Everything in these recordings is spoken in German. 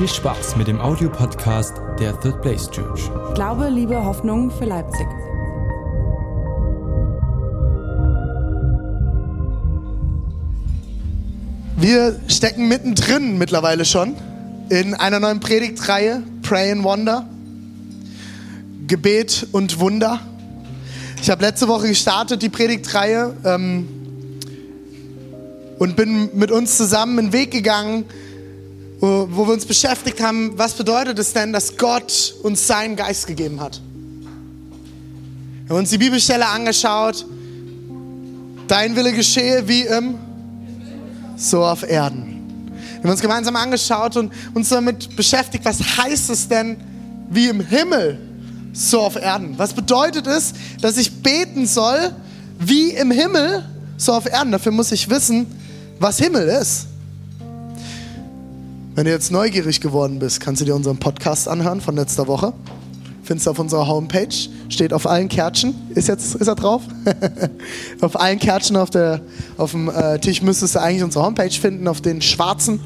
Spaß mit dem Audiopodcast der Third Place Church. Glaube, Liebe, Hoffnung für Leipzig. Wir stecken mittendrin mittlerweile schon in einer neuen Predigtreihe, Pray and Wonder, Gebet und Wunder. Ich habe letzte Woche gestartet, die Predigtreihe, und bin mit uns zusammen einen Weg gegangen, wo wir uns beschäftigt haben, was bedeutet es denn, dass Gott uns seinen Geist gegeben hat. Wir haben uns die Bibelstelle angeschaut, dein Wille geschehe wie im so auf Erden. Wir haben uns gemeinsam angeschaut und uns damit beschäftigt, was heißt es denn wie im Himmel so auf Erden? Was bedeutet es, dass ich beten soll wie im Himmel so auf Erden? Dafür muss ich wissen, was Himmel ist. Wenn du jetzt neugierig geworden bist, kannst du dir unseren Podcast anhören von letzter Woche. Findest du auf unserer Homepage. Steht auf allen Kärtchen. Ist er drauf? Auf allen Kärtchen auf dem Tisch müsstest du eigentlich unsere Homepage finden, auf den schwarzen.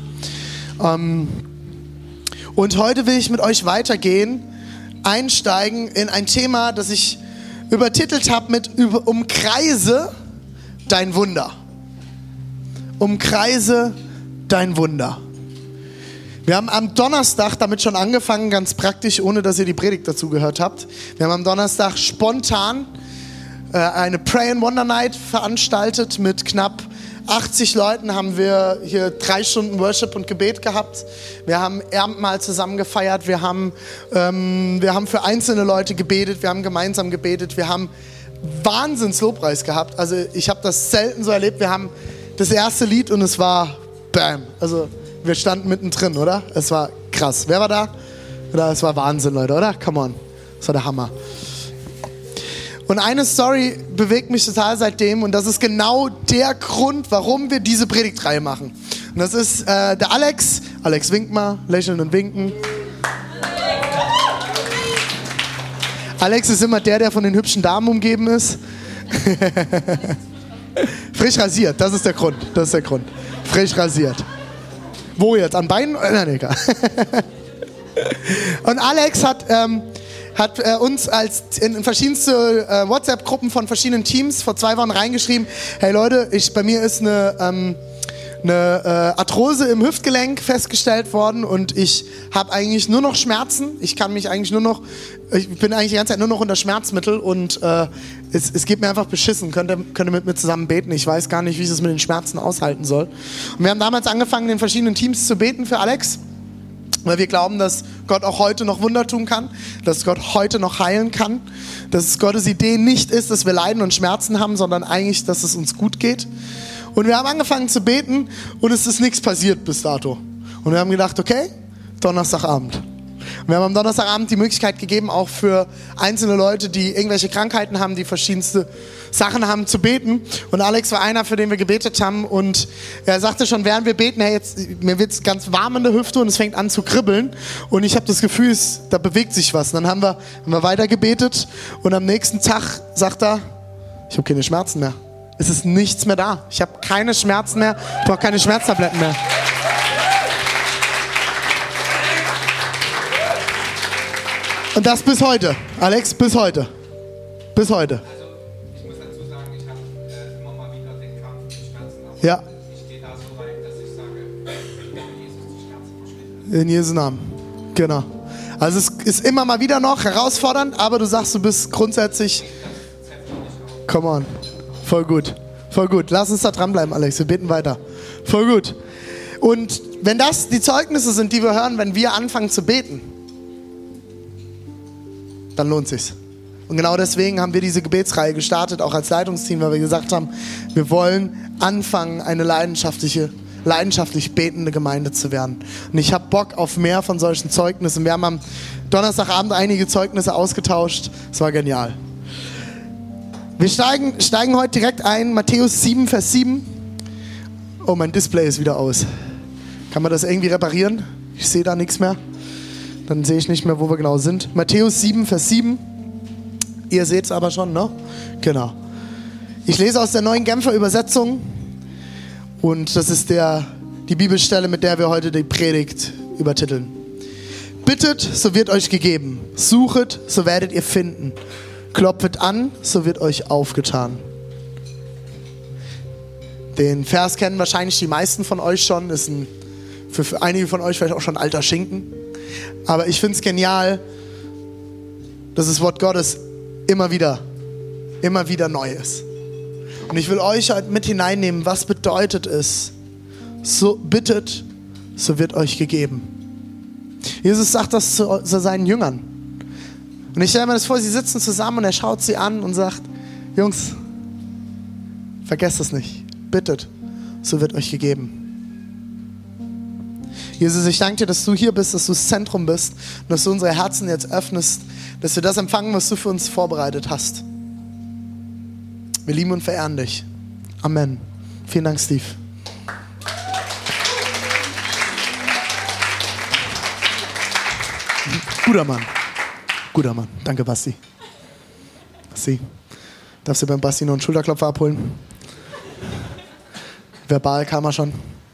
Und heute will ich mit euch weitergehen, einsteigen in ein Thema, das ich übertitelt habe mit Umkreise dein Wunder. Umkreise dein Wunder. Wir haben am Donnerstag damit schon angefangen, ganz praktisch, ohne dass ihr die Predigt dazu gehört habt. Wir haben am Donnerstag spontan eine Pray and Wonder Night veranstaltet. Mit knapp 80 Leuten haben wir hier 3 Stunden Worship und Gebet gehabt. Wir haben Abendmahl zusammen gefeiert. Wir haben für einzelne Leute gebetet. Wir haben gemeinsam gebetet. Wir haben Wahnsinns Lobpreis gehabt. Also ich habe das selten so erlebt. Wir haben das erste Lied und es war BAM. Also wir standen mittendrin, oder? Es war krass. Wer war da? Es war Wahnsinn, Leute, oder? Come on. Das war der Hammer. Und eine Story bewegt mich total seitdem und das ist genau der Grund, warum wir diese Predigtreihe machen. Und das ist der Alex. Alex, wink mal. Lächeln und winken. Alex ist immer der von den hübschen Damen umgeben ist. Frisch rasiert, das ist der Grund. Frisch rasiert. Wo jetzt? An Beinen? Nein, egal. Und Alex hat uns in verschiedenste WhatsApp-Gruppen von verschiedenen Teams vor 2 Wochen reingeschrieben, hey Leute, bei mir ist eine Arthrose im Hüftgelenk festgestellt worden und ich habe eigentlich nur noch Schmerzen. Ich bin eigentlich die ganze Zeit nur noch unter Schmerzmittel und es geht mir einfach beschissen. Könnt ihr mit mir zusammen beten? Ich weiß gar nicht, wie ich es mit den Schmerzen aushalten soll. Und wir haben damals angefangen, in verschiedenen Teams zu beten für Alex, weil wir glauben, dass Gott auch heute noch Wunder tun kann, dass Gott heute noch heilen kann, dass es Gottes Idee nicht ist, dass wir Leiden und Schmerzen haben, sondern eigentlich, dass es uns gut geht. Und wir haben angefangen zu beten und es ist nichts passiert bis dato. Und wir haben gedacht, okay, Donnerstagabend. Und wir haben am Donnerstagabend die Möglichkeit gegeben, auch für einzelne Leute, die irgendwelche Krankheiten haben, die verschiedenste Sachen haben, zu beten. Und Alex war einer, für den wir gebetet haben. Und er sagte schon, während wir beten, hey, mir wird es ganz warm in der Hüfte und es fängt an zu kribbeln. Und ich habe das Gefühl, da bewegt sich was. Und dann haben wir weiter gebetet und am nächsten Tag sagt er, ich habe keine Schmerzen mehr. Es ist nichts mehr da. Ich habe keine Schmerzen mehr. Ich brauche keine Schmerztabletten mehr. Und das bis heute. Alex, bis heute. Bis heute. Also, ich muss dazu sagen, ich habe immer mal wieder den Kampf mit Schmerzen. Aber ja. Ich gehe da so weit, dass ich sage, wenn Jesus die Schmerzen verschwindet. In Jesu Namen. Genau. Also es ist immer mal wieder noch herausfordernd, aber du sagst, du bist grundsätzlich... Come on. Voll gut. Voll gut. Lass uns da dranbleiben, Alex. Wir beten weiter. Voll gut. Und wenn das die Zeugnisse sind, die wir hören, wenn wir anfangen zu beten, dann lohnt sich's. Und genau deswegen haben wir diese Gebetsreihe gestartet, auch als Leitungsteam, weil wir gesagt haben, wir wollen anfangen, eine leidenschaftlich betende Gemeinde zu werden. Und ich habe Bock auf mehr von solchen Zeugnissen. Wir haben am Donnerstagabend einige Zeugnisse ausgetauscht. Es war genial. Wir steigen heute direkt ein, Matthäus 7, Vers 7. Oh, mein Display ist wieder aus. Kann man das irgendwie reparieren? Ich sehe da nichts mehr. Dann sehe ich nicht mehr, wo wir genau sind. Matthäus 7, Vers 7. Ihr seht es aber schon, ne? Genau. Ich lese aus der Neuen Genfer Übersetzung. Und das ist die Bibelstelle, mit der wir heute die Predigt übertiteln. Bittet, so wird euch gegeben. Suchet, so werdet ihr finden. Klopfet an, so wird euch aufgetan. Den Vers kennen wahrscheinlich die meisten von euch schon. Ist für einige von euch vielleicht auch schon ein alter Schinken. Aber ich finde es genial, dass das Wort Gottes immer wieder neu ist. Und ich will euch heute mit hineinnehmen, was bedeutet es? So bittet, so wird euch gegeben. Jesus sagt das zu seinen Jüngern. Und ich stelle mir das vor, sie sitzen zusammen und er schaut sie an und sagt, Jungs, vergesst es nicht. Bittet, so wird euch gegeben. Jesus, ich danke dir, dass du hier bist, dass du das Zentrum bist und dass du unsere Herzen jetzt öffnest, dass wir das empfangen, was du für uns vorbereitet hast. Wir lieben und verehren dich. Amen. Vielen Dank, Steve. Guter Mann. Guter Mann. Danke, Basti. Basti, darfst du beim Basti noch einen Schulterklopfer abholen? Verbal kam er schon.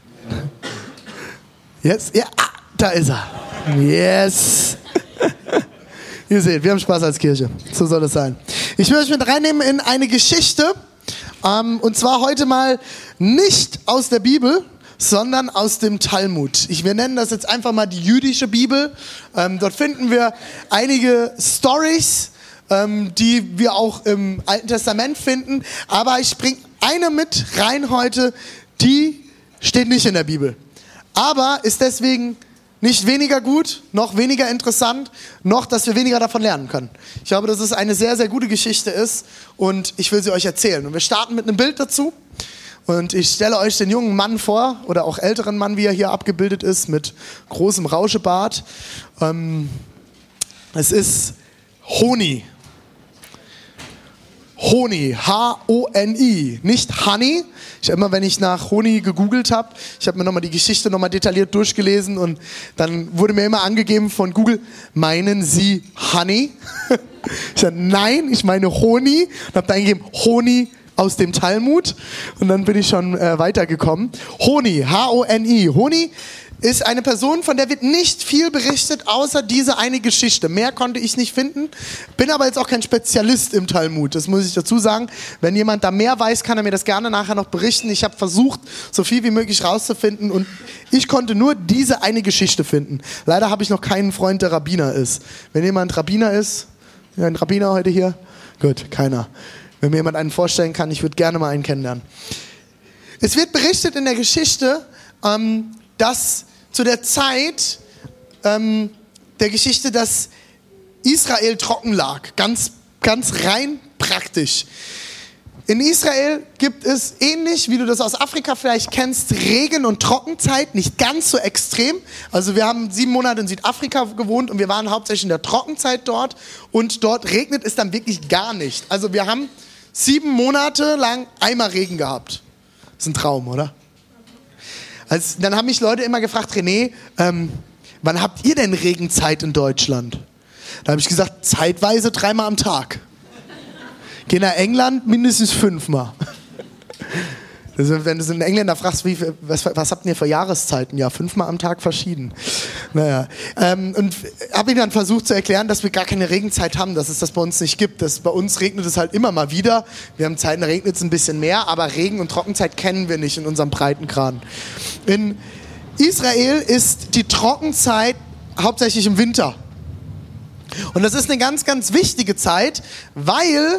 Jetzt? Ja, da ist er. Yes. Ihr seht, wir haben Spaß als Kirche. So soll es sein. Ich will euch mit reinnehmen in eine Geschichte. Und zwar heute mal nicht aus der Bibel, sondern aus dem Talmud. Wir nennen das jetzt einfach mal die jüdische Bibel. Dort finden wir einige Storys, die wir auch im Alten Testament finden. Aber ich bringe eine mit rein heute, die steht nicht in der Bibel. Aber ist deswegen nicht weniger gut, noch weniger interessant, noch, dass wir weniger davon lernen können. Ich glaube, dass es eine sehr, sehr gute Geschichte ist und ich will sie euch erzählen. Und wir starten mit einem Bild dazu. Und ich stelle euch den jungen Mann vor, oder auch älteren Mann, wie er hier abgebildet ist, mit großem Rauschebart. Es ist Honi. Honi, H-O-N-I, nicht Honey. Ich habe immer, wenn ich nach Honi gegoogelt habe, ich habe mir nochmal die Geschichte nochmal detailliert durchgelesen und dann wurde mir immer angegeben von Google, meinen Sie Honey? Ich sage, nein, ich meine Honi und habe da eingegeben, Honi aus dem Talmud und dann bin ich schon weitergekommen. Honi, H-O-N-I, Honi ist eine Person, von der wird nicht viel berichtet, außer diese eine Geschichte. Mehr konnte ich nicht finden, bin aber jetzt auch kein Spezialist im Talmud, das muss ich dazu sagen. Wenn jemand da mehr weiß, kann er mir das gerne nachher noch berichten. Ich habe versucht, so viel wie möglich rauszufinden und ich konnte nur diese eine Geschichte finden. Leider habe ich noch keinen Freund, der Rabbiner ist. Wenn jemand Rabbiner ist, ein Rabbiner heute hier? Gut, keiner. Wenn mir jemand einen vorstellen kann, ich würde gerne mal einen kennenlernen. Es wird berichtet in der Geschichte, dass zu der Zeit der Geschichte, dass Israel trocken lag. Ganz, ganz rein praktisch. In Israel gibt es, ähnlich wie du das aus Afrika vielleicht kennst, Regen- und Trockenzeit, nicht ganz so extrem. Also wir haben 7 Monate in Südafrika gewohnt und wir waren hauptsächlich in der Trockenzeit dort und dort regnet es dann wirklich gar nicht. Also wir haben 7 Monate lang einmal Regen gehabt. Das ist ein Traum, oder? Also, dann haben mich Leute immer gefragt, René, wann habt ihr denn Regenzeit in Deutschland? Da habe ich gesagt, zeitweise 3-mal am Tag. Geh nach England mindestens 5-mal. Also, wenn du so einen Engländer fragst, was habt ihr für Jahreszeiten? Ja, 5-mal am Tag verschieden. Naja. Und habe ihm dann versucht zu erklären, dass wir gar keine Regenzeit haben, dass es das bei uns nicht gibt. Bei uns regnet es halt immer mal wieder. Wir haben Zeiten, da regnet es ein bisschen mehr, aber Regen- und Trockenzeit kennen wir nicht in unserem Breitengrad. In Israel ist die Trockenzeit hauptsächlich im Winter. Und das ist eine ganz, ganz wichtige Zeit, weil...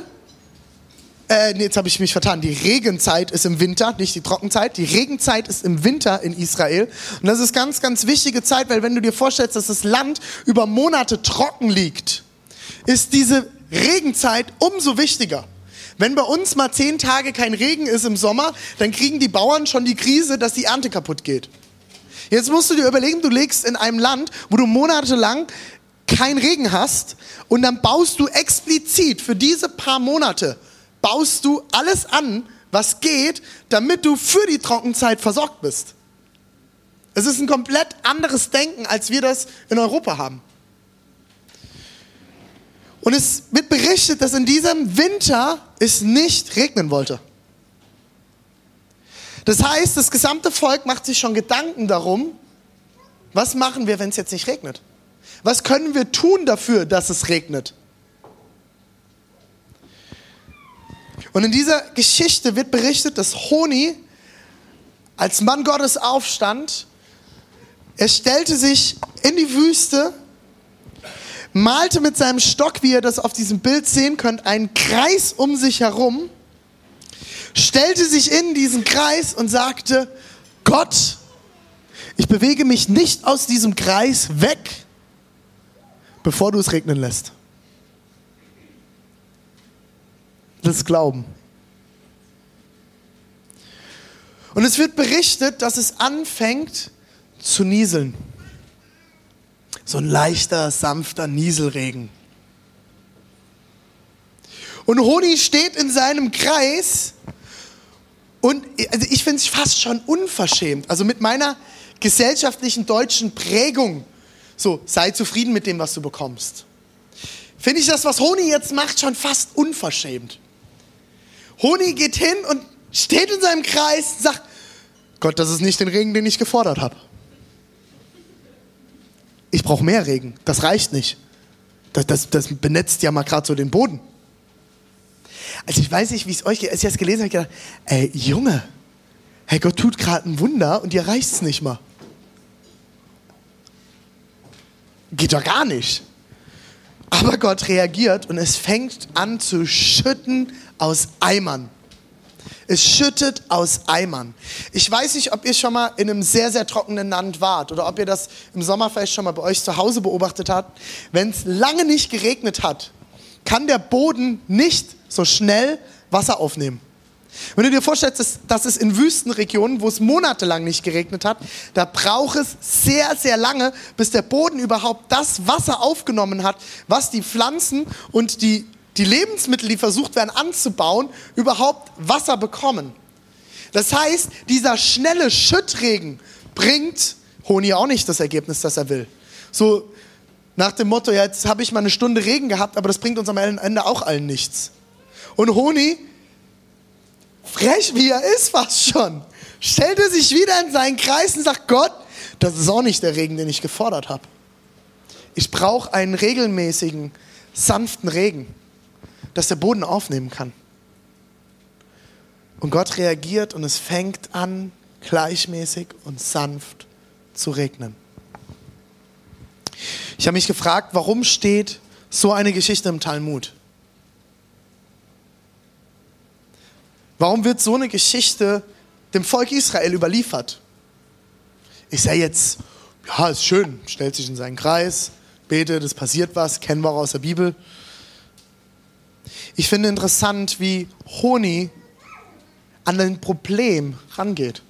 jetzt habe ich mich vertan. Die Regenzeit ist im Winter, nicht die Trockenzeit. Die Regenzeit ist im Winter in Israel. Und das ist ganz, ganz wichtige Zeit, weil wenn du dir vorstellst, dass das Land über Monate trocken liegt, ist diese Regenzeit umso wichtiger. Wenn bei uns mal 10 Tage kein Regen ist im Sommer, dann kriegen die Bauern schon die Krise, dass die Ernte kaputt geht. Jetzt musst du dir überlegen, du lebst in einem Land, wo du monatelang keinen Regen hast und dann baust du explizit für diese paar Monate baust du alles an, was geht, damit du für die Trockenzeit versorgt bist. Es ist ein komplett anderes Denken, als wir das in Europa haben. Und es wird berichtet, dass in diesem Winter es nicht regnen wollte. Das heißt, das gesamte Volk macht sich schon Gedanken darum, was machen wir, wenn es jetzt nicht regnet? Was können wir tun dafür, dass es regnet? Und in dieser Geschichte wird berichtet, dass Honi als Mann Gottes aufstand. Er stellte sich in die Wüste, malte mit seinem Stock, wie ihr das auf diesem Bild sehen könnt, einen Kreis um sich herum, stellte sich in diesen Kreis und sagte, Gott, ich bewege mich nicht aus diesem Kreis weg, bevor du es regnen lässt. Das ist Glauben. Und es wird berichtet, dass es anfängt zu nieseln. So ein leichter, sanfter Nieselregen. Und Honi steht in seinem Kreis und also ich finde es fast schon unverschämt. Also mit meiner gesellschaftlichen deutschen Prägung, so sei zufrieden mit dem, was du bekommst. Finde ich das, was Honi jetzt macht, schon fast unverschämt. Honi geht hin und steht in seinem Kreis und sagt, Gott, das ist nicht den Regen, den ich gefordert habe. Ich brauche mehr Regen, das reicht nicht. Das benetzt ja mal gerade so den Boden. Also ich weiß nicht, wie es euch geht. Als ich das gelesen habe, habe ich gedacht, ey Junge, hey, Gott tut gerade ein Wunder und dir reicht es nicht mal. Geht doch gar nicht. Aber Gott reagiert und es fängt an zu schütten aus Eimern. Es schüttet aus Eimern. Ich weiß nicht, ob ihr schon mal in einem sehr, sehr trockenen Land wart oder ob ihr das im Sommer vielleicht schon mal bei euch zu Hause beobachtet habt. Wenn es lange nicht geregnet hat, kann der Boden nicht so schnell Wasser aufnehmen. Wenn du dir vorstellst, dass es in Wüstenregionen, wo es monatelang nicht geregnet hat, da braucht es sehr, sehr lange, bis der Boden überhaupt das Wasser aufgenommen hat, was die Pflanzen und die Lebensmittel, die versucht werden anzubauen, überhaupt Wasser bekommen. Das heißt, dieser schnelle Schüttregen bringt Honi auch nicht das Ergebnis, das er will. So nach dem Motto, ja, jetzt habe ich mal eine Stunde Regen gehabt, aber das bringt uns am Ende auch allen nichts. Und Honi, frech wie er ist fast schon, stellte sich wieder in seinen Kreis und sagt, Gott, das ist auch nicht der Regen, den ich gefordert habe. Ich brauche einen regelmäßigen, sanften Regen, dass der Boden aufnehmen kann. Und Gott reagiert und es fängt an, gleichmäßig und sanft zu regnen. Ich habe mich gefragt, warum steht so eine Geschichte im Talmud? Warum wird so eine Geschichte dem Volk Israel überliefert? Ich sage jetzt, ja, ist schön, stellt sich in seinen Kreis, betet, es passiert was, kennen wir auch aus der Bibel. Ich finde interessant, wie Honi an ein Problem rangeht.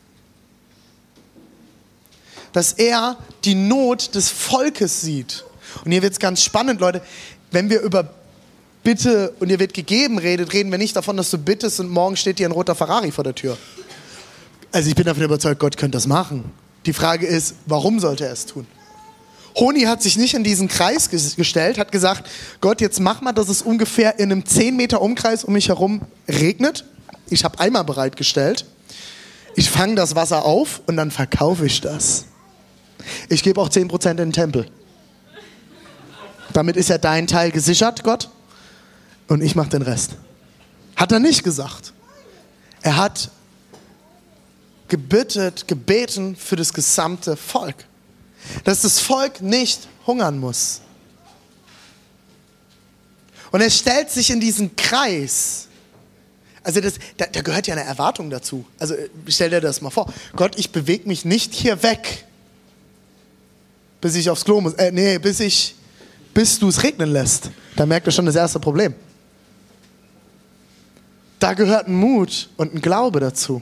Dass er die Not des Volkes sieht. Und hier wird es ganz spannend, Leute, wenn wir über Bitte und dir wird gegeben redet, reden wir nicht davon, dass du bittest und morgen steht dir ein roter Ferrari vor der Tür. Also ich bin davon überzeugt, Gott könnte das machen. Die Frage ist, warum sollte er es tun? Honi hat sich nicht in diesen Kreis gestellt, hat gesagt, Gott, jetzt mach mal, dass es ungefähr in einem 10 Meter Umkreis um mich herum regnet. Ich habe Eimer bereitgestellt. Ich fange das Wasser auf und dann verkaufe ich das. Ich gebe auch 10% in den Tempel. Damit ist ja dein Teil gesichert, Gott. Und ich mache den Rest. Hat er nicht gesagt. Er hat gebeten für das gesamte Volk. Dass das Volk nicht hungern muss. Und er stellt sich in diesen Kreis. Also da gehört ja eine Erwartung dazu. Also stell dir das mal vor. Gott, ich bewege mich nicht hier weg, bis ich aufs Klo muss. Bis du es regnen lässt. Da merkt ihr schon das erste Problem. Da gehört ein Mut und ein Glaube dazu.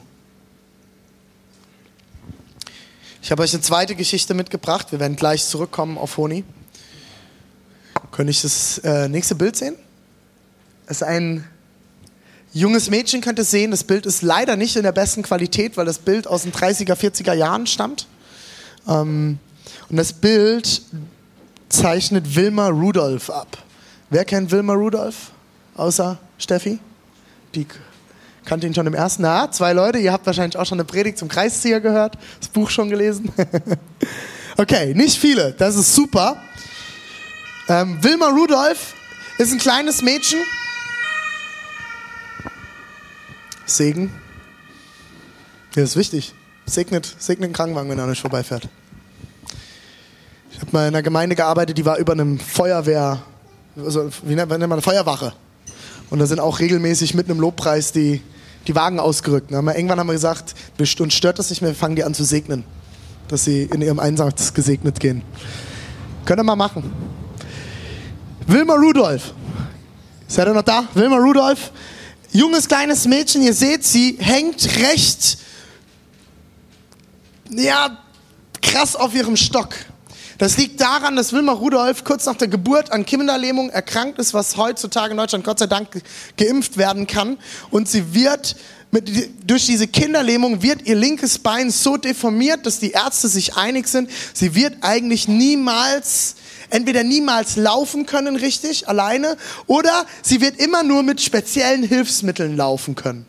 Ich habe euch eine zweite Geschichte mitgebracht. Wir werden gleich zurückkommen auf Honi. Könnte ich das nächste Bild sehen? Es ist ein junges Mädchen, könnt ihr sehen. Das Bild ist leider nicht in der besten Qualität, weil das Bild aus den 30er, 40er Jahren stammt. Und das Bild zeichnet Wilma Rudolph ab. Wer kennt Wilma Rudolph? Außer Steffi? Die kannte ihn schon im ersten. Na, 2 Leute. Ihr habt wahrscheinlich auch schon eine Predigt zum Kreiszieher gehört. Das Buch schon gelesen. Okay, nicht viele. Das ist super. Wilma Rudolph ist ein kleines Mädchen. Segen. Ja, das ist wichtig. Segnet den Krankenwagen, wenn er nicht vorbeifährt. Ich habe mal in einer Gemeinde gearbeitet, die war über einem Feuerwehr, also wie nennt man eine Feuerwache. Und da sind auch regelmäßig mit einem Lobpreis die Wagen ausgerückt. Irgendwann haben wir gesagt, uns stört das nicht mehr, wir fangen die an zu segnen. Dass sie in ihrem Einsatz gesegnet gehen. Könnt ihr mal machen. Wilma Rudolph. Seid ihr noch da? Wilma Rudolph. Junges, kleines Mädchen, ihr seht, sie hängt recht, krass auf ihrem Stock. Das liegt daran, dass Wilma Rudolph kurz nach der Geburt an Kinderlähmung erkrankt ist, was heutzutage in Deutschland Gott sei Dank geimpft werden kann. Und sie wird durch diese Kinderlähmung wird ihr linkes Bein so deformiert, dass die Ärzte sich einig sind, sie wird eigentlich entweder niemals laufen können richtig, alleine, oder sie wird immer nur mit speziellen Hilfsmitteln laufen können.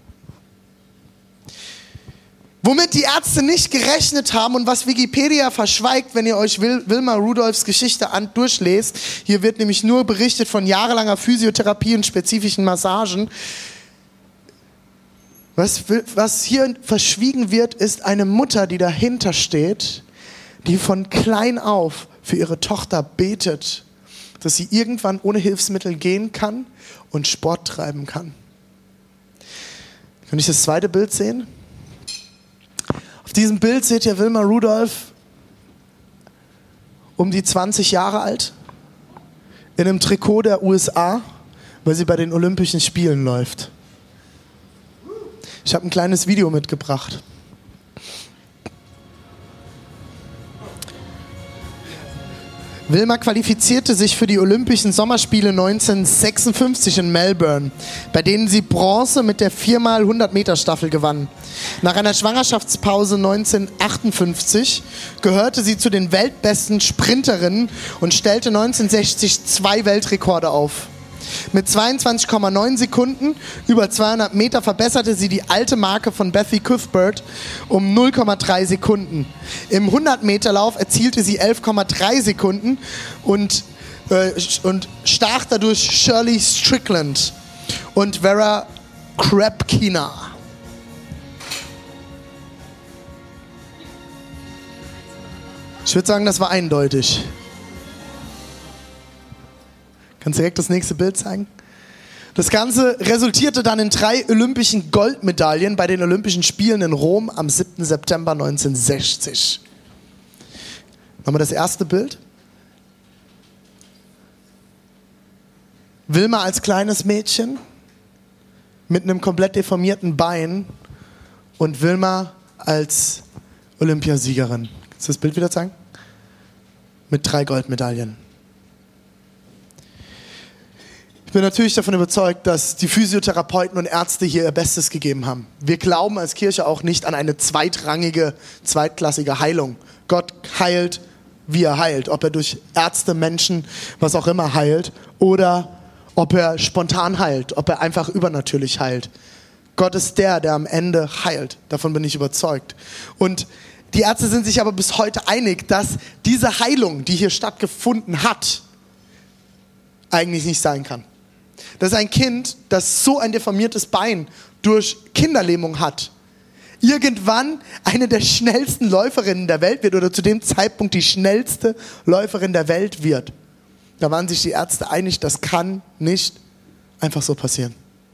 Womit die Ärzte nicht gerechnet haben und was Wikipedia verschweigt, wenn ihr euch Wilma Rudolphs Geschichte durchlest. Hier wird nämlich nur berichtet von jahrelanger Physiotherapie und spezifischen Massagen. Was hier verschwiegen wird, ist eine Mutter, die dahinter steht, die von klein auf für ihre Tochter betet, dass sie irgendwann ohne Hilfsmittel gehen kann und Sport treiben kann. Kann ich das zweite Bild sehen? Auf diesem Bild seht ihr Wilma Rudolph um die 20 Jahre alt, in einem Trikot der USA, weil sie bei den Olympischen Spielen läuft. Ich habe ein kleines Video mitgebracht. Wilma qualifizierte sich für die Olympischen Sommerspiele 1956 in Melbourne, bei denen sie Bronze mit der 4x100-Meter-Staffel gewann. Nach einer Schwangerschaftspause 1958 gehörte sie zu den weltbesten Sprinterinnen und stellte 1960 2 Weltrekorde auf. Mit 22,9 Sekunden über 200 Meter verbesserte sie die alte Marke von Bethy Cuthbert um 0,3 Sekunden. Im 100-Meter-Lauf erzielte sie 11,3 Sekunden und stach dadurch Shirley Strickland und Vera Krepkina. Ich würde sagen, das war eindeutig. Kannst du direkt das nächste Bild zeigen? Das Ganze resultierte dann in 3 olympischen Goldmedaillen bei den Olympischen Spielen in Rom am 7. September 1960. Nochmal das erste Bild. Wilma als kleines Mädchen mit einem komplett deformierten Bein und Wilma als Olympiasiegerin. Kannst du das Bild wieder zeigen? Mit 3 Goldmedaillen. Ich bin natürlich davon überzeugt, dass die Physiotherapeuten und Ärzte hier ihr Bestes gegeben haben. Wir glauben als Kirche auch nicht an eine zweitklassige Heilung. Gott heilt, wie er heilt. Ob er durch Ärzte, Menschen, was auch immer heilt oder ob er spontan heilt, ob er einfach übernatürlich heilt. Gott ist der am Ende heilt. Davon bin ich überzeugt. Und die Ärzte sind sich aber bis heute einig, dass diese Heilung, die hier stattgefunden hat, eigentlich nicht sein kann. Dass ein Kind, das so ein deformiertes Bein durch Kinderlähmung hat, irgendwann eine der schnellsten Läuferinnen der Welt wird oder zu dem Zeitpunkt die schnellste Läuferin der Welt wird. Da waren sich die Ärzte einig, das kann nicht einfach so passieren.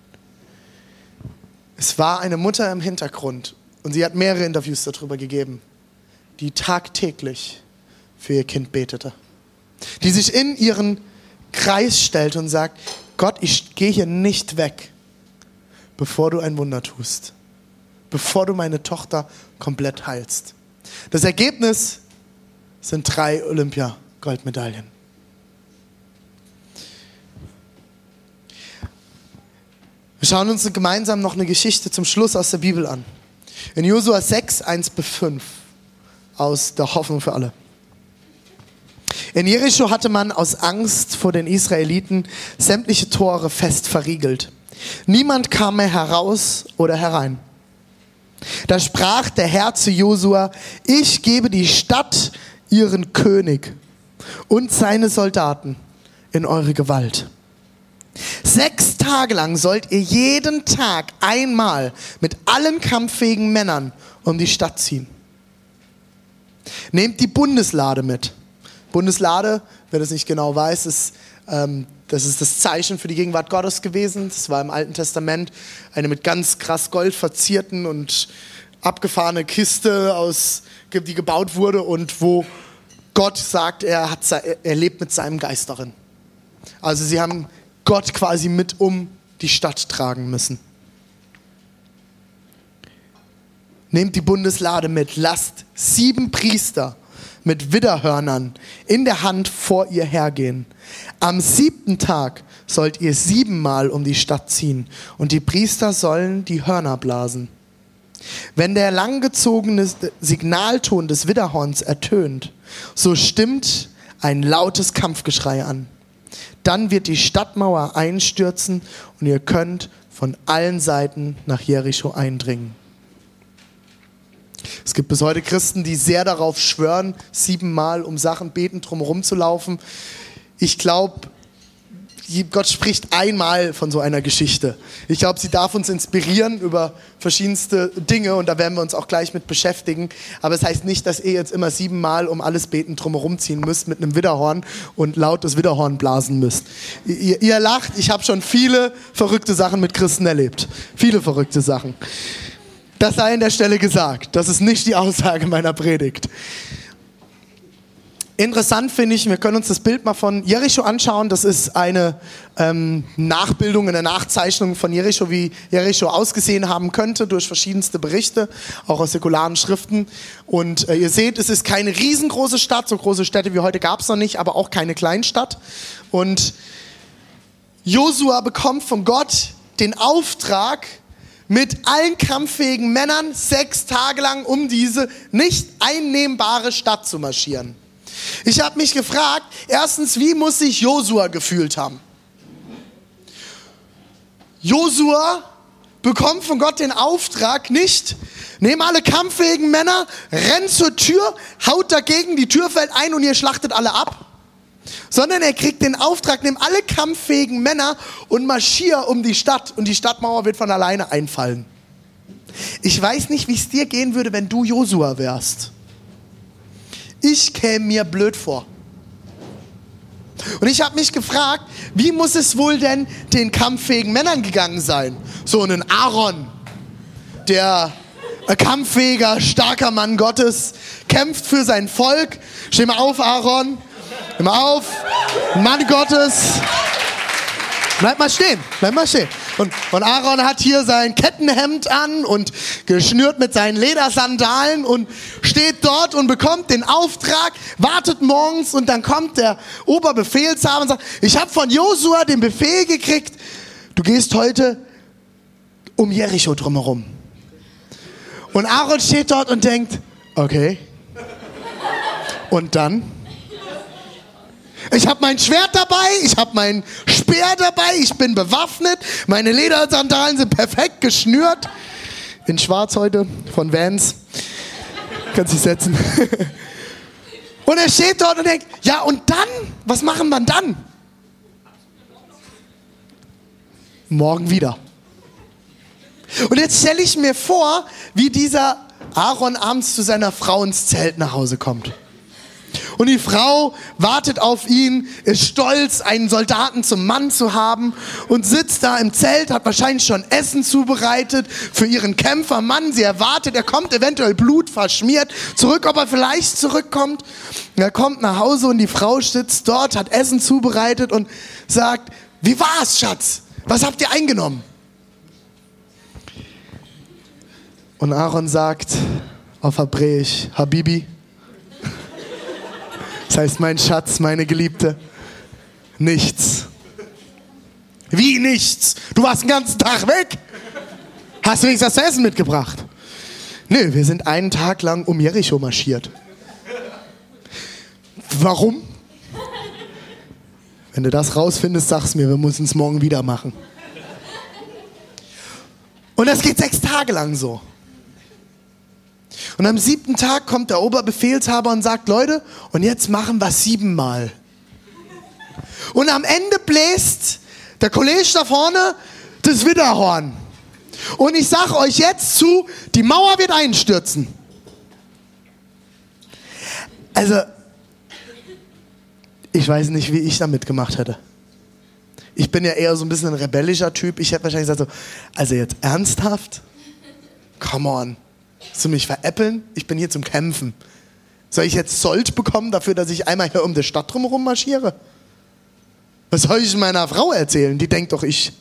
Es war eine Mutter im Hintergrund und sie hat mehrere Interviews darüber gegeben, die tagtäglich für ihr Kind betete. Die sich in ihren Kreis stellt und sagt, Gott, ich gehe hier nicht weg, bevor du ein Wunder tust. Bevor du meine Tochter komplett heilst. Das Ergebnis sind 3 Olympia-Goldmedaillen. Wir schauen uns gemeinsam noch eine Geschichte zum Schluss aus der Bibel an. In Josua 6, 1-5 aus der Hoffnung für alle. In Jericho hatte man aus Angst vor den Israeliten sämtliche Tore fest verriegelt. Niemand kam mehr heraus oder herein. Da sprach der Herr zu Josua: Ich gebe die Stadt ihren König und seine Soldaten. in eure Gewalt. 6 Tage lang sollt ihr jeden Tag einmal mit allen kampffähigen Männern um die Stadt ziehen. Nehmt die Bundeslade mit. Bundeslade, wer das nicht genau weiß, das ist das Zeichen für die Gegenwart Gottes gewesen. Das war im Alten Testament eine mit ganz krass Gold verzierten und abgefahrene Kiste, die gebaut wurde und wo Gott sagt, er lebt mit seinem Geist darin. Also sie haben Gott quasi mit um die Stadt tragen müssen. Nehmt die Bundeslade mit, lasst 7 Priester mit Widderhörnern in der Hand vor ihr hergehen. Am 7. Tag sollt ihr 7-mal um die Stadt ziehen und die Priester sollen die Hörner blasen. Wenn der langgezogene Signalton des Widderhorns ertönt, so stimmt ein lautes Kampfgeschrei an. Dann wird die Stadtmauer einstürzen und ihr könnt von allen Seiten nach Jericho eindringen. Es gibt bis heute Christen, die sehr darauf schwören, 7-mal um Sachen betend drumherum zu laufen. Ich glaube, Gott spricht einmal von so einer Geschichte. Ich glaube, sie darf uns inspirieren über verschiedenste Dinge und da werden wir uns auch gleich mit beschäftigen. Aber es heißt nicht, dass ihr jetzt immer 7-mal um alles betend drumherum ziehen müsst mit einem Widderhorn und laut das Widderhorn blasen müsst. Ihr lacht, ich habe schon viele verrückte Sachen mit Christen erlebt. Viele verrückte Sachen. Das sei an der Stelle gesagt. Das ist nicht die Aussage meiner Predigt. Interessant finde ich, wir können uns das Bild mal von Jericho anschauen. Das ist eine Nachbildung, eine Nachzeichnung von Jericho, wie Jericho ausgesehen haben könnte, durch verschiedenste Berichte, auch aus säkularen Schriften. Und ihr seht, es ist keine riesengroße Stadt, so große Städte wie heute gab es noch nicht, aber auch keine Kleinstadt. Und Josua bekommt von Gott den Auftrag, mit allen kampffähigen Männern 6 Tage lang um diese nicht einnehmbare Stadt zu marschieren. Ich habe mich gefragt, erstens, wie muss sich Josua gefühlt haben? Josua bekommt von Gott den Auftrag nicht, nehmt alle kampffähigen Männer, rennt zur Tür, haut dagegen, die Tür fällt ein und ihr schlachtet alle ab. Sondern er kriegt den Auftrag, nimm alle kampffähigen Männer und marschier um die Stadt und die Stadtmauer wird von alleine einfallen. Ich weiß nicht, wie es dir gehen würde, wenn du Josua wärst. Ich käme mir blöd vor. Und ich habe mich gefragt, wie muss es wohl denn den kampffähigen Männern gegangen sein? So ein Aaron, der ein kampffähiger, starker Mann Gottes, kämpft für sein Volk. Steh mal auf, Aaron. Steh mal auf. Mann Gottes. Bleib mal stehen. Bleib mal stehen. Und Aaron hat hier sein Kettenhemd an und geschnürt mit seinen Ledersandalen und steht dort und bekommt den Auftrag, wartet morgens und dann kommt der Oberbefehlshaber und sagt, ich habe von Josua den Befehl gekriegt, du gehst heute um Jericho drumherum. Und Aaron steht dort und denkt, okay. Und dann? Ich habe mein Schwert dabei, ich habe meinen Speer dabei, ich bin bewaffnet, meine Ledersandalen sind perfekt geschnürt. In schwarz heute, von Vans. Kannst dich setzen. Und er steht dort und denkt, ja und dann? Was machen wir dann? Morgen wieder. Und jetzt stelle ich mir vor, wie dieser Aaron abends zu seiner Frau ins Zelt nach Hause kommt. Und die Frau wartet auf ihn, ist stolz, einen Soldaten zum Mann zu haben und sitzt da im Zelt, hat wahrscheinlich schon Essen zubereitet für ihren Kämpfermann. Sie erwartet, er kommt eventuell blutverschmiert zurück, ob er vielleicht zurückkommt. Er kommt nach Hause und die Frau sitzt dort, hat Essen zubereitet und sagt, wie war's, Schatz? Was habt ihr eingenommen? Und Aaron sagt auf Hebräisch, Habibi. Das heißt, mein Schatz, meine Geliebte, nichts. Wie nichts? Du warst den ganzen Tag weg. Hast du wenigstens das Essen mitgebracht? Nö, wir sind einen Tag lang um Jericho marschiert. Warum? Wenn du das rausfindest, sag's mir, wir müssen es morgen wieder machen. Und das geht 6 Tage lang so. Und am 7. Tag kommt der Oberbefehlshaber und sagt, Leute, und jetzt machen wir 7-mal. Und am Ende bläst der Kollege da vorne das Widderhorn. Und ich sage euch jetzt zu, die Mauer wird einstürzen. Also, ich weiß nicht, wie ich damit gemacht hätte. Ich bin ja eher so ein bisschen ein rebellischer Typ. Ich hätte wahrscheinlich gesagt so, also jetzt ernsthaft? Come on. Willst du mich veräppeln? Ich bin hier zum Kämpfen. Soll ich jetzt Sold bekommen dafür, dass ich einmal hier um die Stadt drumherum marschiere? Was soll ich meiner Frau erzählen? Die denkt doch,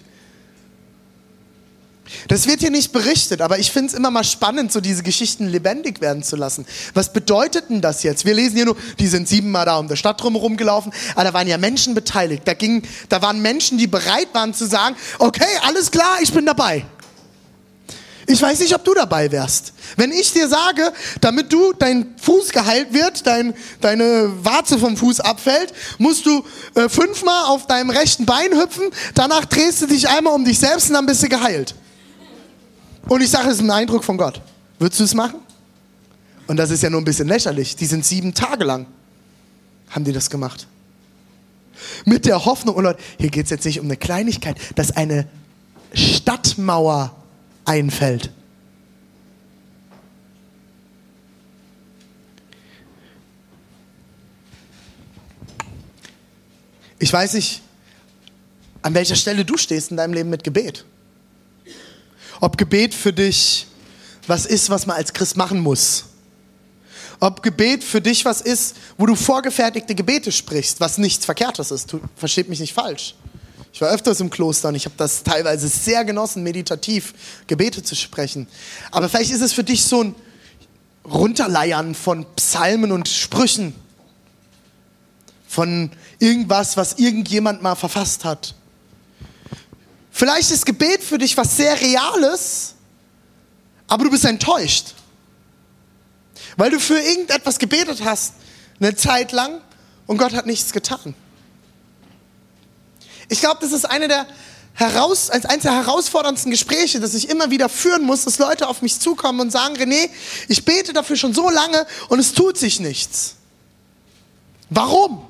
Das wird hier nicht berichtet, aber ich finde es immer mal spannend, so diese Geschichten lebendig werden zu lassen. Was bedeutet denn das jetzt? Wir lesen hier nur, die sind 7-mal da um die Stadt drumherum gelaufen, aber da waren ja Menschen beteiligt. Da waren Menschen, die bereit waren zu sagen, okay, alles klar, ich bin dabei. Ich weiß nicht, ob du dabei wärst. Wenn ich dir sage, damit dein Fuß geheilt wird, deine Warze vom Fuß abfällt, musst du 5-mal auf deinem rechten Bein hüpfen, danach drehst du dich einmal um dich selbst und dann bist du geheilt. Und ich sage, es ist ein Eindruck von Gott. Würdest du es machen? Und das ist ja nur ein bisschen lächerlich. Die sind 7 Tage lang, haben die das gemacht. Mit der Hoffnung, und Leute, hier geht es jetzt nicht um eine Kleinigkeit, dass eine Stadtmauer einfällt. Ich weiß nicht, an welcher Stelle du stehst in deinem Leben mit Gebet. Ob Gebet für dich was ist, was man als Christ machen muss. Ob Gebet für dich was ist, wo du vorgefertigte Gebete sprichst, was nichts Verkehrtes ist. Versteht mich nicht falsch. Ich war öfters im Kloster und ich habe das teilweise sehr genossen, meditativ Gebete zu sprechen. Aber vielleicht ist es für dich so ein Runterleiern von Psalmen und Sprüchen. Von irgendwas, was irgendjemand mal verfasst hat. Vielleicht ist Gebet für dich was sehr Reales, aber du bist enttäuscht. Weil du für irgendetwas gebetet hast, eine Zeit lang, und Gott hat nichts getan. Ich glaube, das ist eines der herausforderndsten Gespräche, das ich immer wieder führen muss, dass Leute auf mich zukommen und sagen, René, ich bete dafür schon so lange und es tut sich nichts. Warum?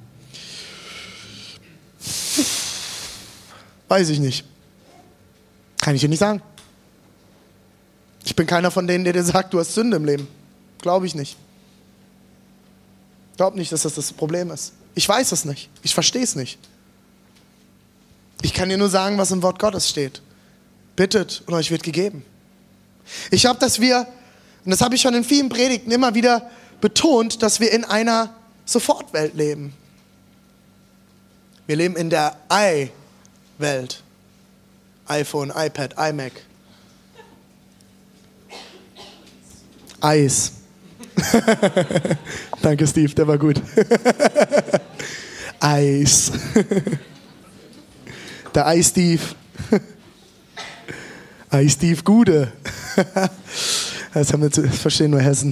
Weiß ich nicht. Kann ich dir nicht sagen. Ich bin keiner von denen, der dir sagt, du hast Sünde im Leben. Glaube ich nicht. Glaub nicht, dass das Problem ist. Ich weiß es nicht. Ich verstehe es nicht. Ich kann dir nur sagen, was im Wort Gottes steht. Bittet und euch wird gegeben. Ich glaube, dass wir, und das habe ich schon in vielen Predigten immer wieder betont, dass wir in einer Sofortwelt leben. Wir leben in der I-Welt. iPhone, iPad, iMac. Eis. Danke, Steve, der war gut. Eis. Der Eis-Steve. Eis-Steve Gude. Das verstehen nur Hessen.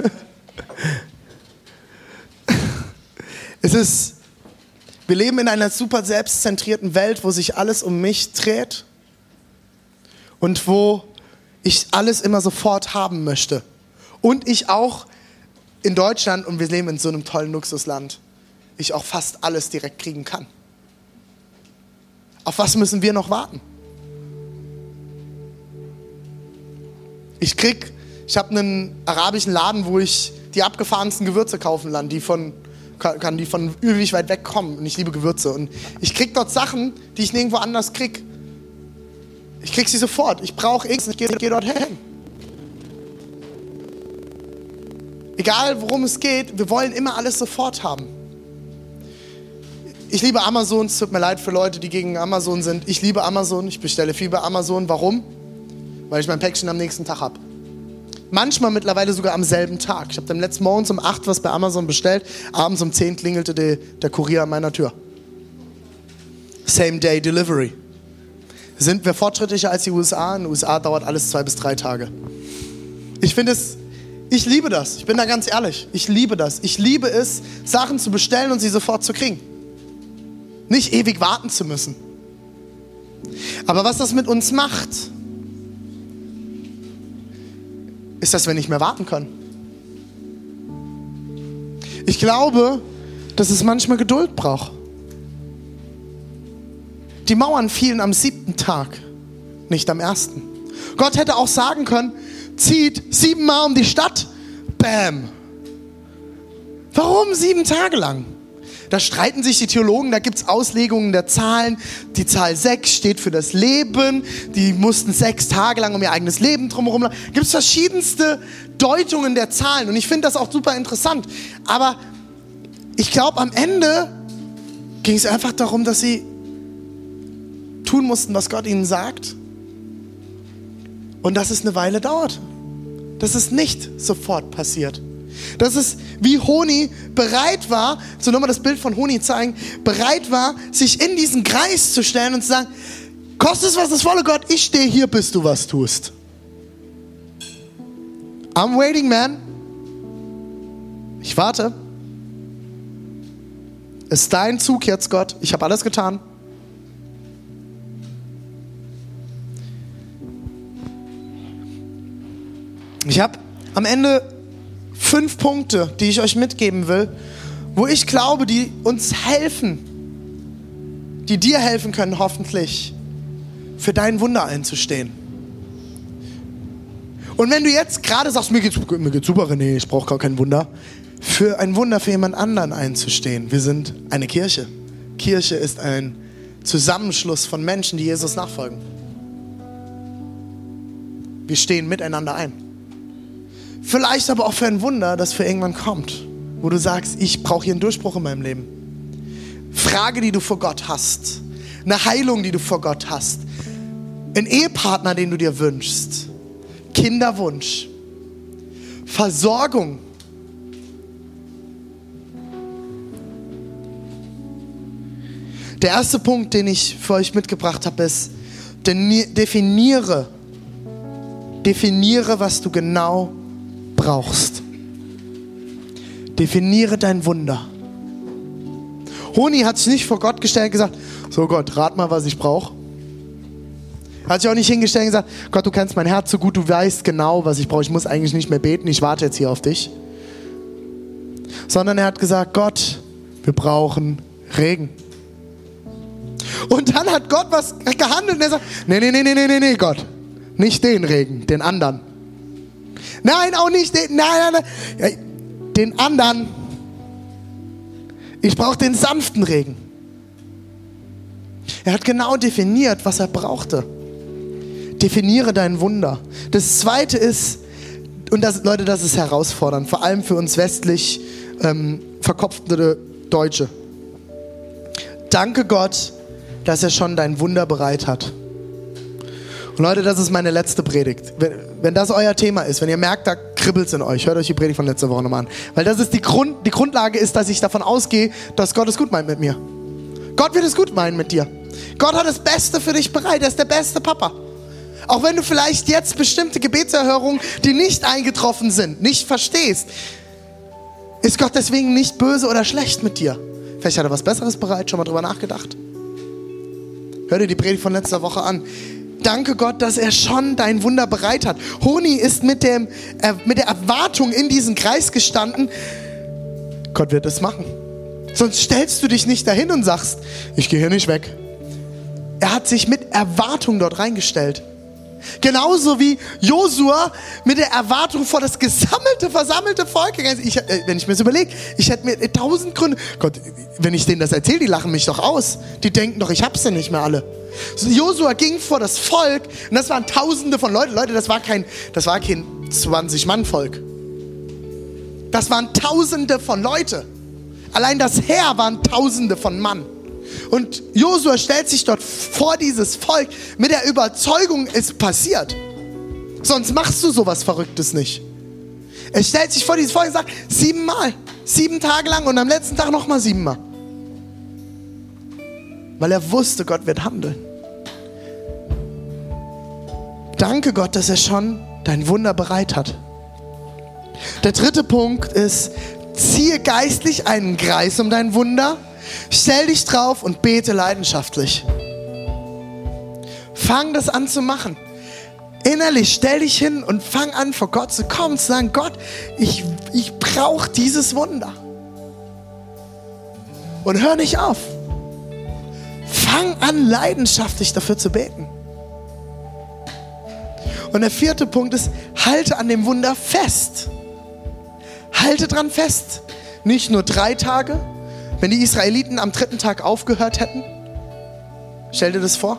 Wir leben in einer super selbstzentrierten Welt, wo sich alles um mich dreht und wo ich alles immer sofort haben möchte. Und ich auch in Deutschland, und wir leben in so einem tollen Luxusland, ich auch fast alles direkt kriegen kann. Auf was müssen wir noch warten? Ich habe einen arabischen Laden, wo ich die abgefahrensten Gewürze kaufen kann, die von ewig weit weg kommen. Und ich liebe Gewürze. Und ich kriege dort Sachen, die ich nirgendwo anders kriege. Ich kriege sie sofort. Ich brauche X, ich gehe dort hin. Egal, worum es geht, wir wollen immer alles sofort haben. Ich liebe Amazon, es tut mir leid für Leute, die gegen Amazon sind. Ich liebe Amazon, ich bestelle viel bei Amazon. Warum? Weil ich mein Päckchen am nächsten Tag habe. Manchmal mittlerweile sogar am selben Tag. Ich habe dann letzten Morgens um 8 was bei Amazon bestellt. Abends um 10 klingelte der Kurier an meiner Tür. Same Day Delivery. Sind wir fortschrittlicher als die USA? In den USA dauert alles 2 bis 3 Tage. Ich liebe das. Ich bin da ganz ehrlich. Ich liebe das. Ich liebe es, Sachen zu bestellen und sie sofort zu kriegen. Nicht ewig warten zu müssen. Aber was das mit uns macht, ist, dass wir nicht mehr warten können. Ich glaube, dass es manchmal Geduld braucht. Die Mauern fielen am 7. Tag, nicht am 1. Gott hätte auch sagen können, zieht 7 Mal um die Stadt. Bam. Warum 7 Tage lang? Da streiten sich die Theologen, da gibt es Auslegungen der Zahlen. Die Zahl 6 steht für das Leben. Die mussten 6 Tage lang um ihr eigenes Leben drumherum. Gibt es verschiedenste Deutungen der Zahlen. Und ich finde das auch super interessant. Aber ich glaube, am Ende ging es einfach darum, dass sie tun mussten, was Gott ihnen sagt. Und dass es eine Weile dauert. Dass es nicht sofort passiert. Dass es wie Honi bereit war, so nochmal das Bild von Honi zeigen, bereit war, sich in diesen Kreis zu stellen und zu sagen, koste es, was es wolle, Gott, ich stehe hier, bis du was tust. I'm waiting, man. Ich warte. Es ist dein Zug jetzt, Gott. Ich habe alles getan. Ich habe am Ende 5 Punkte, die ich euch mitgeben will, wo ich glaube, die uns helfen, die dir helfen können, hoffentlich, für dein Wunder einzustehen. Und wenn du jetzt gerade sagst, mir geht's super, René, ich brauche gar kein Wunder, für ein Wunder für jemand anderen einzustehen. Wir sind eine Kirche. Kirche ist ein Zusammenschluss von Menschen, die Jesus nachfolgen. Wir stehen miteinander ein. Vielleicht aber auch für ein Wunder, das für irgendwann kommt, wo du sagst, ich brauche hier einen Durchbruch in meinem Leben. Frage, die du vor Gott hast, eine Heilung, die du vor Gott hast, ein Ehepartner, den du dir wünschst, Kinderwunsch, Versorgung. Der erste Punkt, den ich für euch mitgebracht habe, ist, definiere, was du genau brauchst. Definiere dein Wunder. Honi hat sich nicht vor Gott gestellt und gesagt, so Gott, rat mal, was ich brauche. Hat sich auch nicht hingestellt und gesagt, Gott, du kennst mein Herz so gut, du weißt genau, was ich brauche. Ich muss eigentlich nicht mehr beten, ich warte jetzt hier auf dich. Sondern er hat gesagt, Gott, wir brauchen Regen. Und dann hat Gott was gehandelt und er sagt, nee, Gott. Nicht den Regen, den anderen. Nein, auch nicht den, nein. Den anderen. Ich brauche den sanften Regen. Er hat genau definiert, was er brauchte. Definiere dein Wunder. Das Zweite ist, und das, Leute, das ist herausfordernd, vor allem für uns westlich verkopfte Deutsche. Danke Gott, dass er schon dein Wunder bereit hat. Und Leute, das ist meine letzte Predigt. Wenn das euer Thema ist, wenn ihr merkt, da kribbelt es in euch, hört euch die Predigt von letzter Woche nochmal an. Weil das ist die Grundlage ist, dass ich davon ausgehe, dass Gott es gut meint mit mir. Gott wird es gut meinen mit dir. Gott hat das Beste für dich bereit. Er ist der beste Papa. Auch wenn du vielleicht jetzt bestimmte Gebetserhörungen, die nicht eingetroffen sind, nicht verstehst, ist Gott deswegen nicht böse oder schlecht mit dir. Vielleicht hat er was Besseres bereit, schon mal drüber nachgedacht. Hör dir die Predigt von letzter Woche an. Danke Gott, dass er schon dein Wunder bereit hat. Honi ist mit der Erwartung in diesen Kreis gestanden, Gott wird es machen. Sonst stellst du dich nicht dahin und sagst, ich gehe hier nicht weg. Er hat sich mit Erwartung dort reingestellt. Genauso wie Josua mit der Erwartung vor das versammelte Volk gegangen ist. Wenn ich mir das überlege, ich hätte mir 1000 Gründe. Gott, wenn ich denen das erzähle, die lachen mich doch aus. Die denken doch, ich hab's ja nicht mehr alle. So, Josua ging vor das Volk und das waren Tausende von Leuten. Leute, das war kein 20-Mann-Volk. Das waren Tausende von Leute. Allein das Heer waren Tausende von Mann. Und Josua stellt sich dort vor dieses Volk mit der Überzeugung, es passiert. Sonst machst du sowas Verrücktes nicht. Er stellt sich vor dieses Volk und sagt, 7 Mal, 7 Tage lang und am letzten Tag nochmal 7 Mal. Weil er wusste, Gott wird handeln. Danke Gott, dass er schon dein Wunder bereit hat. Der dritte Punkt ist, ziehe geistlich einen Kreis um dein Wunder. Stell dich drauf und bete leidenschaftlich. Fang das an zu machen. Innerlich stell dich hin und fang an, vor Gott zu kommen und zu sagen, Gott, ich brauche dieses Wunder. Und hör nicht auf. Fang an, leidenschaftlich dafür zu beten. Und der 4. Punkt ist, halte an dem Wunder fest. Halte dran fest. Nicht nur 3 Tage. Wenn die Israeliten am 3. Tag aufgehört hätten, stell dir das vor.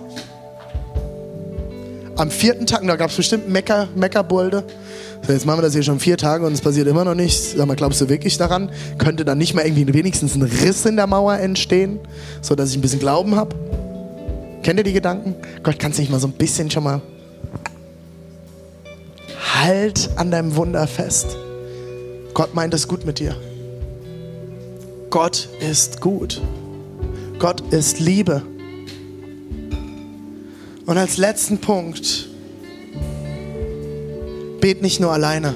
Am 4. Tag, da gab es bestimmt Meckerbulde. So, jetzt machen wir das hier schon 4 Tage und es passiert immer noch nichts. Sag mal, glaubst du wirklich daran? Könnte dann nicht mal irgendwie wenigstens ein Riss in der Mauer entstehen, sodass ich ein bisschen Glauben habe? Kennt ihr die Gedanken? Gott, kannst du nicht mal so ein bisschen schon mal... Halt an deinem Wunder fest. Gott meint es gut mit dir. Gott ist gut. Gott ist Liebe. Und als letzten Punkt, bet nicht nur alleine.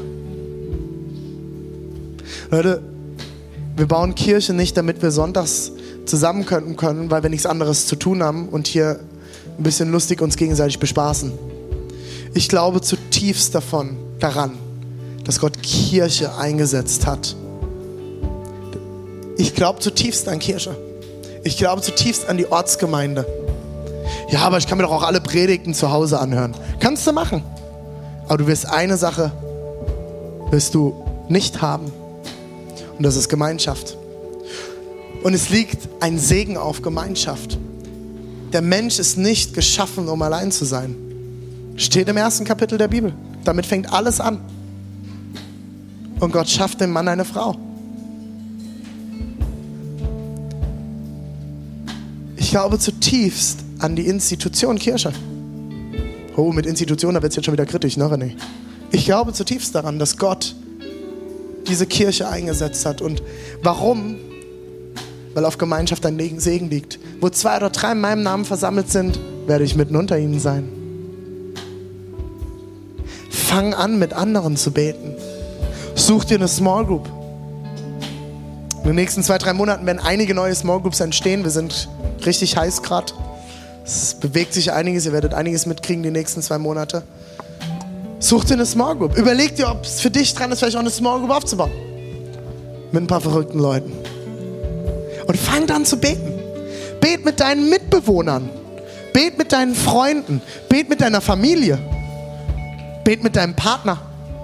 Leute, wir bauen Kirche nicht, damit wir sonntags zusammenkommen können, weil wir nichts anderes zu tun haben und hier ein bisschen lustig uns gegenseitig bespaßen. Ich glaube zutiefst daran, dass Gott Kirche eingesetzt hat. Ich glaube zutiefst an Kirche. Ich glaube zutiefst an die Ortsgemeinde. Ja, aber ich kann mir doch auch alle Predigten zu Hause anhören. Kannst du machen. Aber du wirst eine Sache nicht haben. Und das ist Gemeinschaft. Und es liegt ein Segen auf Gemeinschaft. Der Mensch ist nicht geschaffen, um allein zu sein. Steht im 1. Kapitel der Bibel. Damit fängt alles an. Und Gott schafft dem Mann eine Frau. Ich glaube zutiefst an die Institution Kirche. Oh, mit Institution, da wird es jetzt schon wieder kritisch, ne René? Ich glaube zutiefst daran, dass Gott diese Kirche eingesetzt hat. Und warum? Weil auf Gemeinschaft ein Segen liegt. Wo 2 oder 3 in meinem Namen versammelt sind, werde ich mitten unter ihnen sein. Fang an, mit anderen zu beten. Such dir eine Small Group. In den nächsten 2-3 Monaten werden einige neue Small Groups entstehen. Wir sind richtig heiß gerade. Es bewegt sich einiges. Ihr werdet einiges mitkriegen die nächsten 2 Monate. Such dir eine Small Group. Überleg dir, ob es für dich dran ist, vielleicht auch eine Small Group aufzubauen. Mit ein paar verrückten Leuten. Und fang an zu beten. Bet mit deinen Mitbewohnern. Bet mit deinen Freunden. Bet mit deiner Familie. Bet mit deinem Partner.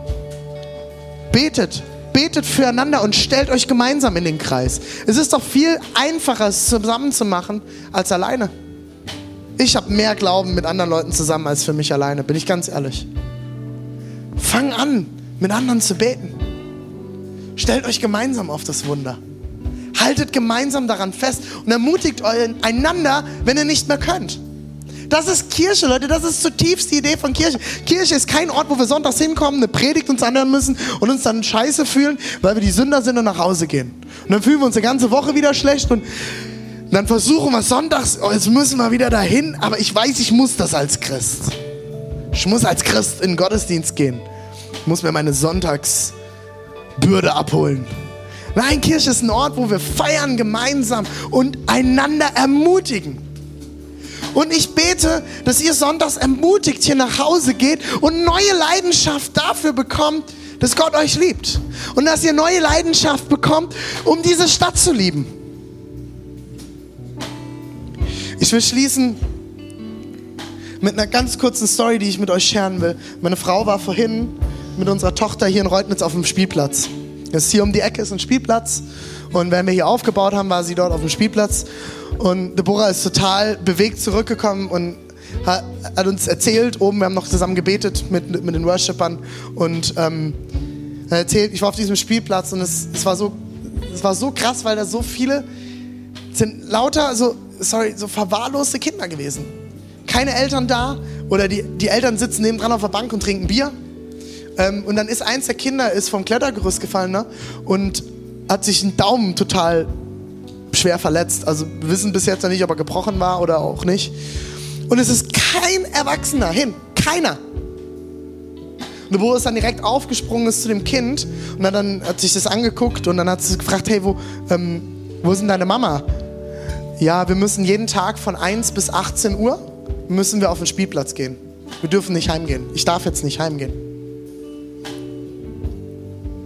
Betet füreinander und stellt euch gemeinsam in den Kreis. Es ist doch viel einfacher, es zusammen zu machen, als alleine. Ich habe mehr Glauben mit anderen Leuten zusammen, als für mich alleine, bin ich ganz ehrlich. Fang an, mit anderen zu beten. Stellt euch gemeinsam auf das Wunder. Haltet gemeinsam daran fest und ermutigt einander, wenn ihr nicht mehr könnt. Das ist Kirche, Leute, das ist zutiefst die Idee von Kirche. Kirche ist kein Ort, wo wir sonntags hinkommen, eine Predigt uns anhören müssen und uns dann scheiße fühlen, weil wir die Sünder sind und nach Hause gehen. Und dann fühlen wir uns eine ganze Woche wieder schlecht und dann versuchen wir sonntags, jetzt müssen wir wieder dahin, aber ich weiß, ich muss das als Christ. Ich muss als Christ in den Gottesdienst gehen. Ich muss mir meine Sonntagsbürde abholen. Nein, Kirche ist ein Ort, wo wir feiern gemeinsam und einander ermutigen. Und ich bete, dass ihr sonntags ermutigt hier nach Hause geht und neue Leidenschaft dafür bekommt, dass Gott euch liebt. Und dass ihr neue Leidenschaft bekommt, um diese Stadt zu lieben. Ich will schließen mit einer ganz kurzen Story, die ich mit euch scheren will. Meine Frau war vorhin mit unserer Tochter hier in Reutnitz auf dem Spielplatz. Das ist hier um die Ecke, ist ein Spielplatz. Und wenn wir hier aufgebaut haben, war sie dort auf dem Spielplatz. Und Deborah ist total bewegt zurückgekommen und hat uns erzählt, oben, wir haben noch zusammen gebetet mit den Worshipern und erzählt, ich war auf diesem Spielplatz und es war so krass, weil da so viele, sind lauter so verwahrloste Kinder gewesen. Keine Eltern da oder die Eltern sitzen nebendran auf der Bank und trinken Bier. Und dann ist eins der Kinder vom Klettergerüst gefallen, ne? Und hat sich einen Daumen total schwer verletzt. Also wir wissen bis jetzt noch nicht, ob er gebrochen war oder auch nicht. Und es ist kein Erwachsener hin. Keiner. Und Deborah ist dann direkt aufgesprungen, ist zu dem Kind und hat sich das angeguckt und dann hat sie gefragt, hey, wo ist denn deine Mama? Ja, wir müssen jeden Tag von 1 bis 18 Uhr müssen wir auf den Spielplatz gehen. Wir dürfen nicht heimgehen. Ich darf jetzt nicht heimgehen.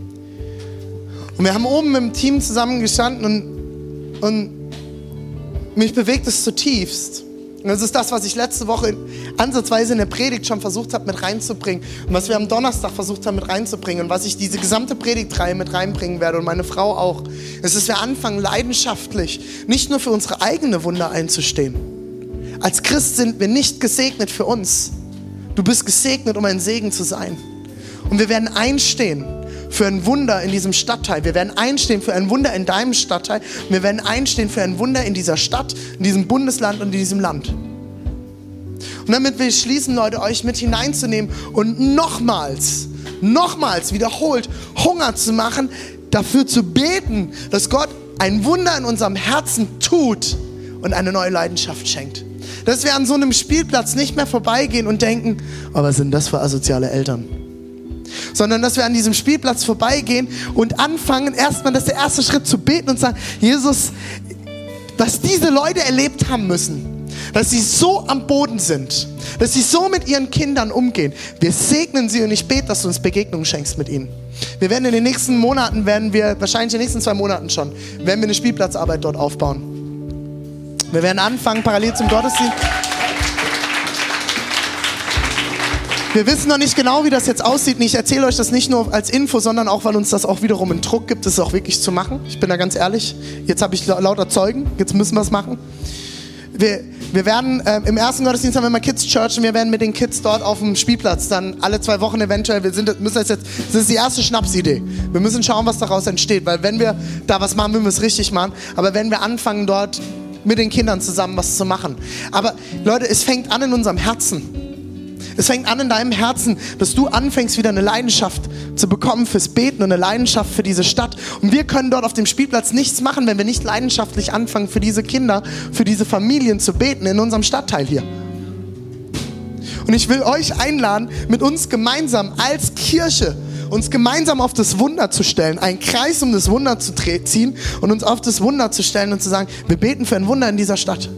Und wir haben oben mit dem Team zusammen gestanden und Mich bewegt es zutiefst. Und das ist das, was ich letzte Woche ansatzweise in der Predigt schon versucht habe mit reinzubringen. Und was wir am Donnerstag versucht haben mit reinzubringen. Und was ich diese gesamte Predigtreihe mit reinbringen werde und meine Frau auch. Ist, dass wir anfangen, leidenschaftlich nicht nur für unsere eigene Wunder einzustehen. Als Christ sind wir nicht gesegnet für uns. Du bist gesegnet, um ein Segen zu sein. Und wir werden einstehen für ein Wunder in diesem Stadtteil. Wir werden einstehen für ein Wunder in deinem Stadtteil. Und wir werden einstehen für ein Wunder in dieser Stadt, in diesem Bundesland und in diesem Land. Und damit will ich schließen, Leute, euch mit hineinzunehmen und nochmals wiederholt Hunger zu machen, dafür zu beten, dass Gott ein Wunder in unserem Herzen tut und eine neue Leidenschaft schenkt. Dass wir an so einem Spielplatz nicht mehr vorbeigehen und denken, oh, was sind das für asoziale Eltern? Sondern dass wir an diesem Spielplatz vorbeigehen und anfangen, erstmal, das ist der erste Schritt, zu beten und sagen, Jesus, was diese Leute erlebt haben müssen, dass sie so am Boden sind, dass sie so mit ihren Kindern umgehen. Wir segnen sie und ich bete, dass du uns Begegnungen schenkst mit ihnen. Wir werden in den nächsten Monaten, wahrscheinlich in den nächsten 2 Monaten schon, werden wir eine Spielplatzarbeit dort aufbauen. Wir werden anfangen, parallel zum Gottesdienst. Wir wissen noch nicht genau, wie das jetzt aussieht. Und ich erzähle euch das nicht nur als Info, sondern auch, weil uns das auch wiederum einen Druck gibt, das auch wirklich zu machen. Ich bin da ganz ehrlich. Jetzt habe ich lauter Zeugen. Jetzt müssen wir es machen. Wir werden, im ersten Gottesdienst haben wir immer Kids Church und wir werden mit den Kids dort auf dem Spielplatz dann alle 2 Wochen eventuell, das ist die erste Schnapsidee. Wir müssen schauen, was daraus entsteht, weil wenn wir da was machen, müssen wir es richtig machen. Aber wenn wir anfangen, dort mit den Kindern zusammen was zu machen. Aber Leute, es fängt an in unserem Herzen. Es fängt an in deinem Herzen, dass du anfängst, wieder eine Leidenschaft zu bekommen fürs Beten und eine Leidenschaft für diese Stadt. Und wir können dort auf dem Spielplatz nichts machen, wenn wir nicht leidenschaftlich anfangen, für diese Kinder, für diese Familien zu beten in unserem Stadtteil hier. Und ich will euch einladen, mit uns gemeinsam als Kirche uns gemeinsam auf das Wunder zu stellen, einen Kreis um das Wunder zu ziehen und uns auf das Wunder zu stellen und zu sagen, wir beten für ein Wunder in dieser Stadt.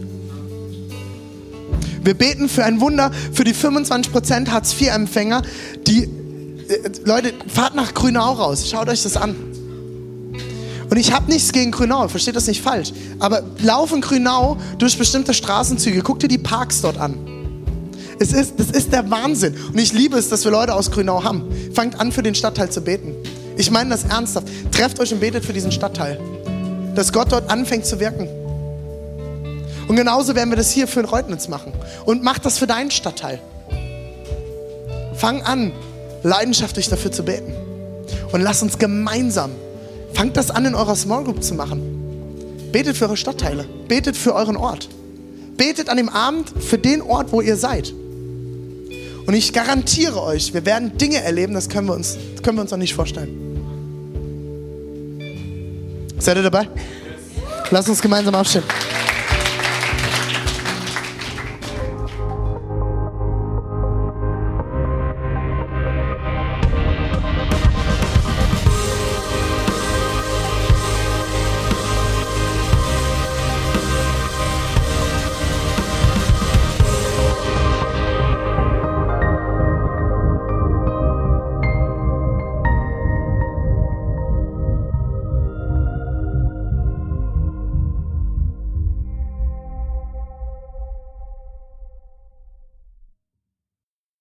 Wir beten für ein Wunder für die 25% Hartz-IV-Empfänger, Leute, fahrt nach Grünau raus, schaut euch das an. Und ich habe nichts gegen Grünau, versteht das nicht falsch, aber lauf in Grünau durch bestimmte Straßenzüge, guck dir die Parks dort an. Das ist der Wahnsinn. Und ich liebe es, dass wir Leute aus Grünau haben. Fangt an, für den Stadtteil zu beten. Ich meine das ernsthaft. Trefft euch und betet für diesen Stadtteil. Dass Gott dort anfängt zu wirken. Und genauso werden wir das hier für Reutnitz machen. Und mach das für deinen Stadtteil. Fang an, leidenschaftlich dafür zu beten. Und lass uns gemeinsam, fangt das an, in eurer Small Group zu machen. Betet für eure Stadtteile. Betet für euren Ort. Betet an dem Abend für den Ort, wo ihr seid. Und ich garantiere euch, wir werden Dinge erleben, das können wir uns noch nicht vorstellen. Seid ihr dabei? Lasst uns gemeinsam aufstehen.